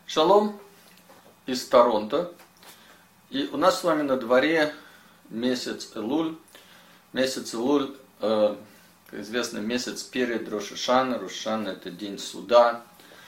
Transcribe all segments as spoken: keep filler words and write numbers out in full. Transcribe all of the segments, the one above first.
Шалом из Торонто. И у нас с вами на дворе месяц Элуль. Месяц Элуль, э, как известно, месяц перед Рош ха-Шана. Рош ха-Шана — это день суда.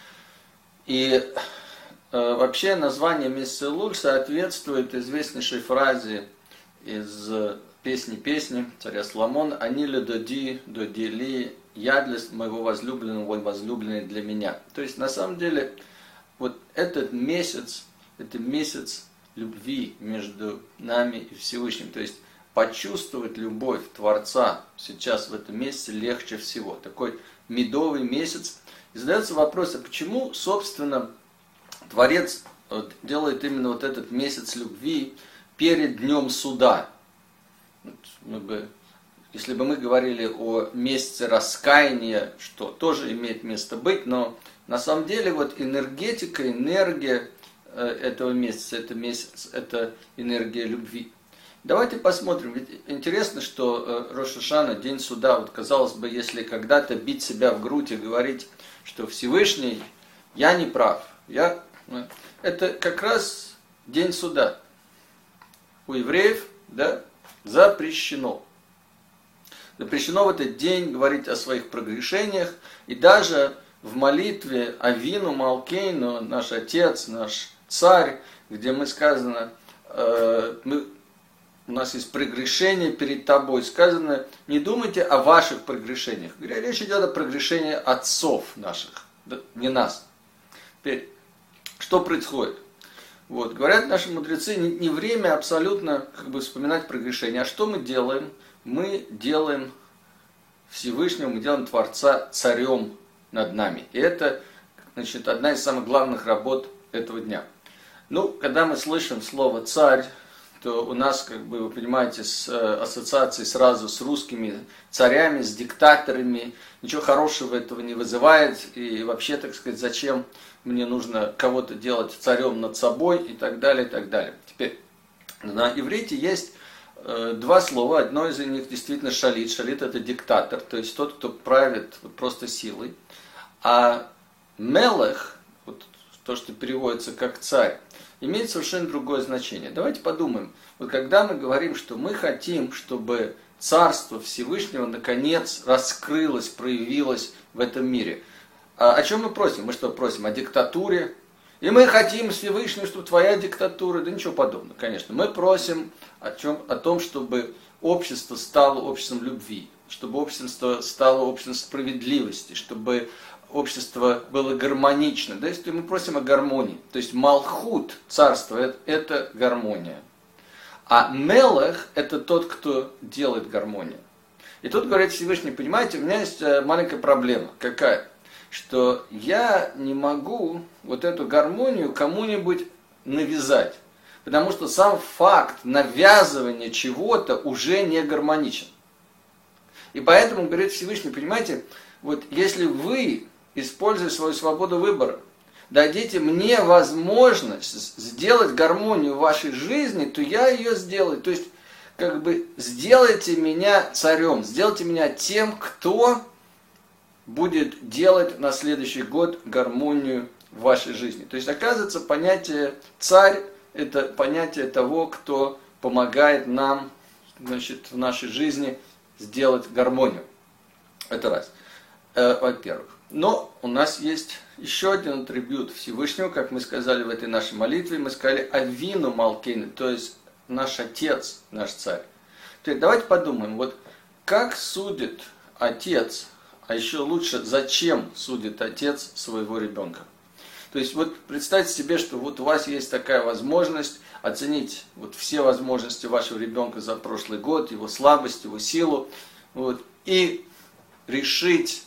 И э, вообще название месяца Элуль соответствует известнейшей фразе из песни песни царя Соломона: «Они ли доди, доди ли, я для моего возлюбленного, мой возлюбленный для меня». То есть на самом деле вот этот месяц, это месяц любви между нами и Всевышним. То есть почувствовать любовь Творца сейчас в этом месяце легче всего. Такой медовый месяц. И задается вопрос, а почему, собственно, Творец делает именно вот этот месяц любви перед Днем Суда? Мы бы, если бы мы говорили о месяце раскаяния, что тоже имеет место быть, но на самом деле вот энергетика, энергия этого месяца, это месяц, это энергия любви. Давайте посмотрим. Ведь интересно, что Рош ха-Шана, день суда, вот казалось бы, если когда-то бить себя в грудь и говорить, что Всевышний, я не прав, я... это как раз день суда. У евреев, да, запрещено. Запрещено в этот день говорить о своих прогрешениях, и даже в молитве Авину Малкейну, наш Отец, наш Царь, где мы сказано, э, мы, у нас есть прегрешение перед тобой, сказано, не думайте о ваших прегрешениях. Речь идет о прогрешении отцов наших, да, не нас. Теперь, что происходит? Вот, говорят наши мудрецы, не, не время абсолютно как бы вспоминать прогрешение. А что мы делаем? Мы делаем Всевышнего, мы делаем Творца царем над нами. И это, значит, одна из самых главных работ этого дня. Ну, когда мы слышим слово «царь», то у нас, как бы, вы понимаете, с ассоциацией сразу с русскими царями, с диктаторами. Ничего хорошего этого не вызывает. И вообще, так сказать, зачем мне нужно кого-то делать царем над собой и так далее, и так далее. Теперь, на иврите есть э, два слова. Одно из них действительно шалит. Шалит — это диктатор, то есть тот, кто правит вот просто силой. А мелех, вот то, что переводится как царь, имеет совершенно другое значение. Давайте подумаем. Вот когда мы говорим, что мы хотим, чтобы Царство Всевышнего наконец раскрылось, проявилось в этом мире. А о чем мы просим? Мы что просим? О диктатуре? И мы хотим, Всевышний, чтобы твоя диктатура... Да ничего подобного, конечно. Мы просим о, чем? О том, чтобы общество стало обществом любви, чтобы общество стало обществом справедливости, чтобы общество было гармонично. То есть мы просим о гармонии. То есть Малхут, царство, это, это гармония. А Мелех — это тот, кто делает гармонию. И тут говорит Всевышний, понимаете, у меня есть маленькая проблема. Какая? Что я не могу вот эту гармонию кому-нибудь навязать. Потому что сам факт навязывания чего-то уже не гармоничен. И поэтому, говорит Всевышний, понимаете, вот если вы, используя свою свободу выбора, дадите мне возможность сделать гармонию в вашей жизни, то я ее сделаю. То есть, как бы, сделайте меня царем, сделайте меня тем, кто будет делать на следующий год гармонию в вашей жизни. То есть, оказывается, понятие «царь» — это понятие того, кто помогает нам, значит, в нашей жизни сделать гармонию. Это раз. Э, во-первых. Но у нас есть еще один атрибут Всевышнего, как мы сказали в этой нашей молитве. Мы сказали «Авину Малкейну», то есть наш Отец, наш Царь. Теперь давайте подумаем, вот как судит Отец, а еще лучше, зачем судит Отец своего ребенка? То есть вот представьте себе, что вот у вас есть такая возможность оценить вот все возможности вашего ребенка за прошлый год, его слабость, его силу, вот, и решить,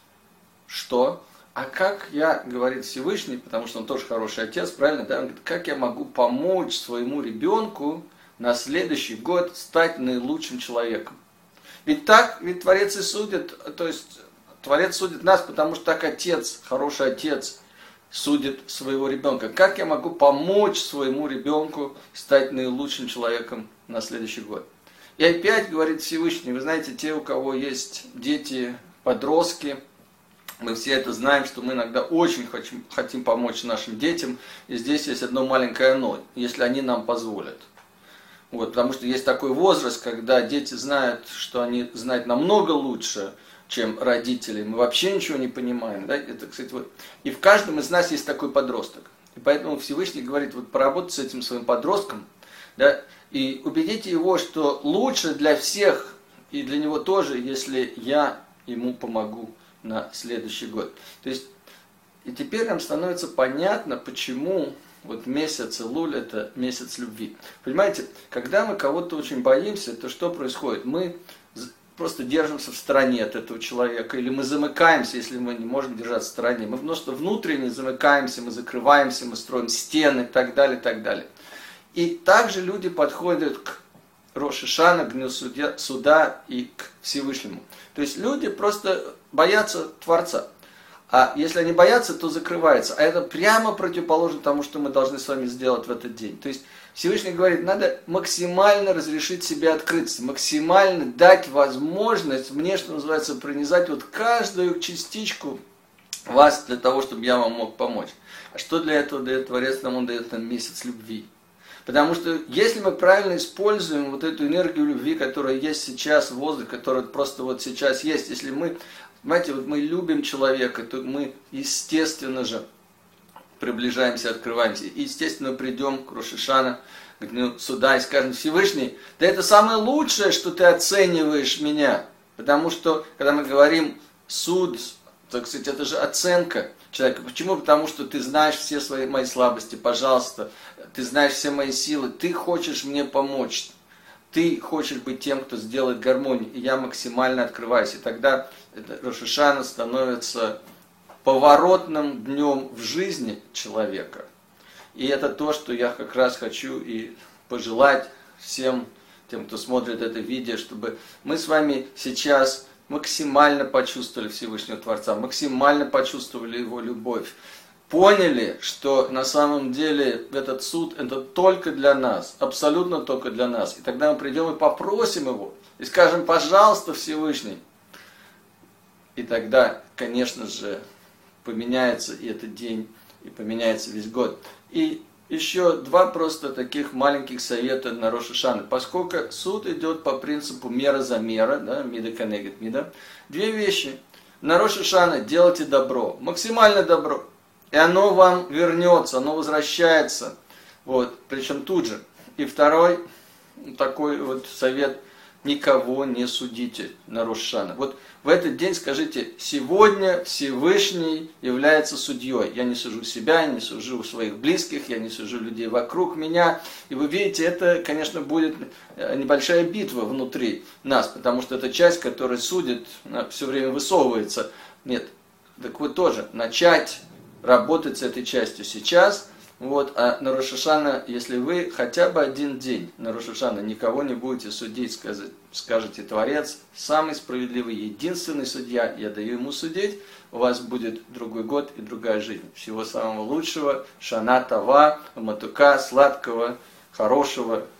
что? А как я, говорит Всевышний, потому что он тоже хороший отец, правильно, да? Он говорит, как я могу помочь своему ребенку на следующий год стать наилучшим человеком? Ведь так, ведь Творец и судит, то есть Творец судит нас, потому что так Отец, хороший Отец, судит своего ребенка. Как я могу помочь своему ребенку стать наилучшим человеком на следующий год? И опять говорит Всевышний, вы знаете, те, у кого есть дети, подростки, Мы все это знаем, что мы иногда очень хотим, хотим помочь нашим детям, и здесь есть одно маленькое «но», если они нам позволят. Вот, потому что есть такой возраст, когда дети знают, что они знают намного лучше, чем родители. Мы вообще ничего не понимаем. Да? Это, кстати, вот. И в каждом из нас есть такой подросток. И поэтому Всевышний говорит, вот поработать с этим своим подростком, да, и убедите его, что лучше для всех, и для него тоже, если я ему помогу на следующий год. То есть, и теперь нам становится понятно, почему вот месяц Элуль – это месяц любви. Понимаете, когда мы кого-то очень боимся, то что происходит? Мы просто держимся в стороне от этого человека, или мы замыкаемся, если мы не можем держаться в стороне. Мы просто внутренне замыкаемся, мы закрываемся, мы строим стены и так далее, и так далее. И также люди подходят к Рош ха-Шана, к дню суда и к Всевышнему. То есть люди просто боятся Творца. А если они боятся, то закрываются. А это прямо противоположно тому, что мы должны с вами сделать в этот день. То есть Всевышний говорит, надо максимально разрешить себе открыться, максимально дать возможность мне, что называется, пронизать вот каждую частичку вас для того, чтобы я вам мог помочь. А что для этого дает Творец нам? Он дает нам месяц любви. Потому что если мы правильно используем вот эту энергию любви, которая есть сейчас в воздухе, которая просто вот сейчас есть, если мы, понимаете, вот мы любим человека, то мы, естественно же, приближаемся, открываемся. И, естественно, придем к Рош ха-Шана, к дню суда и скажем, Всевышний, да это самое лучшее, что ты оцениваешь меня. Потому что, когда мы говорим суд, так сказать, это же оценка человека. Почему? Потому что ты знаешь все свои мои слабости, пожалуйста, ты знаешь все мои силы, ты хочешь мне помочь, ты хочешь быть тем, кто сделает гармонию, и я максимально открываюсь. И тогда Рош ха-Шана становится поворотным днем в жизни человека. И это то, что я как раз хочу и пожелать всем тем, кто смотрит это видео, чтобы мы с вами сейчас максимально почувствовали Всевышнего Творца, максимально почувствовали Его любовь, поняли, что на самом деле этот суд это только для нас, абсолютно только для нас. И тогда мы придем и попросим Его, и скажем, пожалуйста, Всевышний. И тогда, конечно же, поменяется и этот день, и поменяется весь год. И еще два просто таких маленьких совета на Рош ха-Шана. Поскольку суд идет по принципу мера за мера, да, мида конегет мида, две вещи. На Рош ха-Шана делайте добро, максимально добро. И оно вам вернется, оно возвращается. Вот, причем тут же. И второй такой вот совет. Никого не судите на Рош ха-Шана. Вот в этот день скажите, сегодня Всевышний является судьей. Я не сужу себя, я не сужу своих близких, я не сужу людей вокруг меня. И вы видите, это, конечно, будет небольшая битва внутри нас, потому что это часть, которая судит, все время высовывается. Нет, так вы тоже начать работать с этой частью сейчас. Вот, а на Рош ха-Шана, если вы хотя бы один день на Рош ха-Шана никого не будете судить, сказать, скажете, Творец, самый справедливый, единственный судья, я даю ему судить, у вас будет другой год и другая жизнь. Всего самого лучшего, шана това, матука, сладкого, хорошего,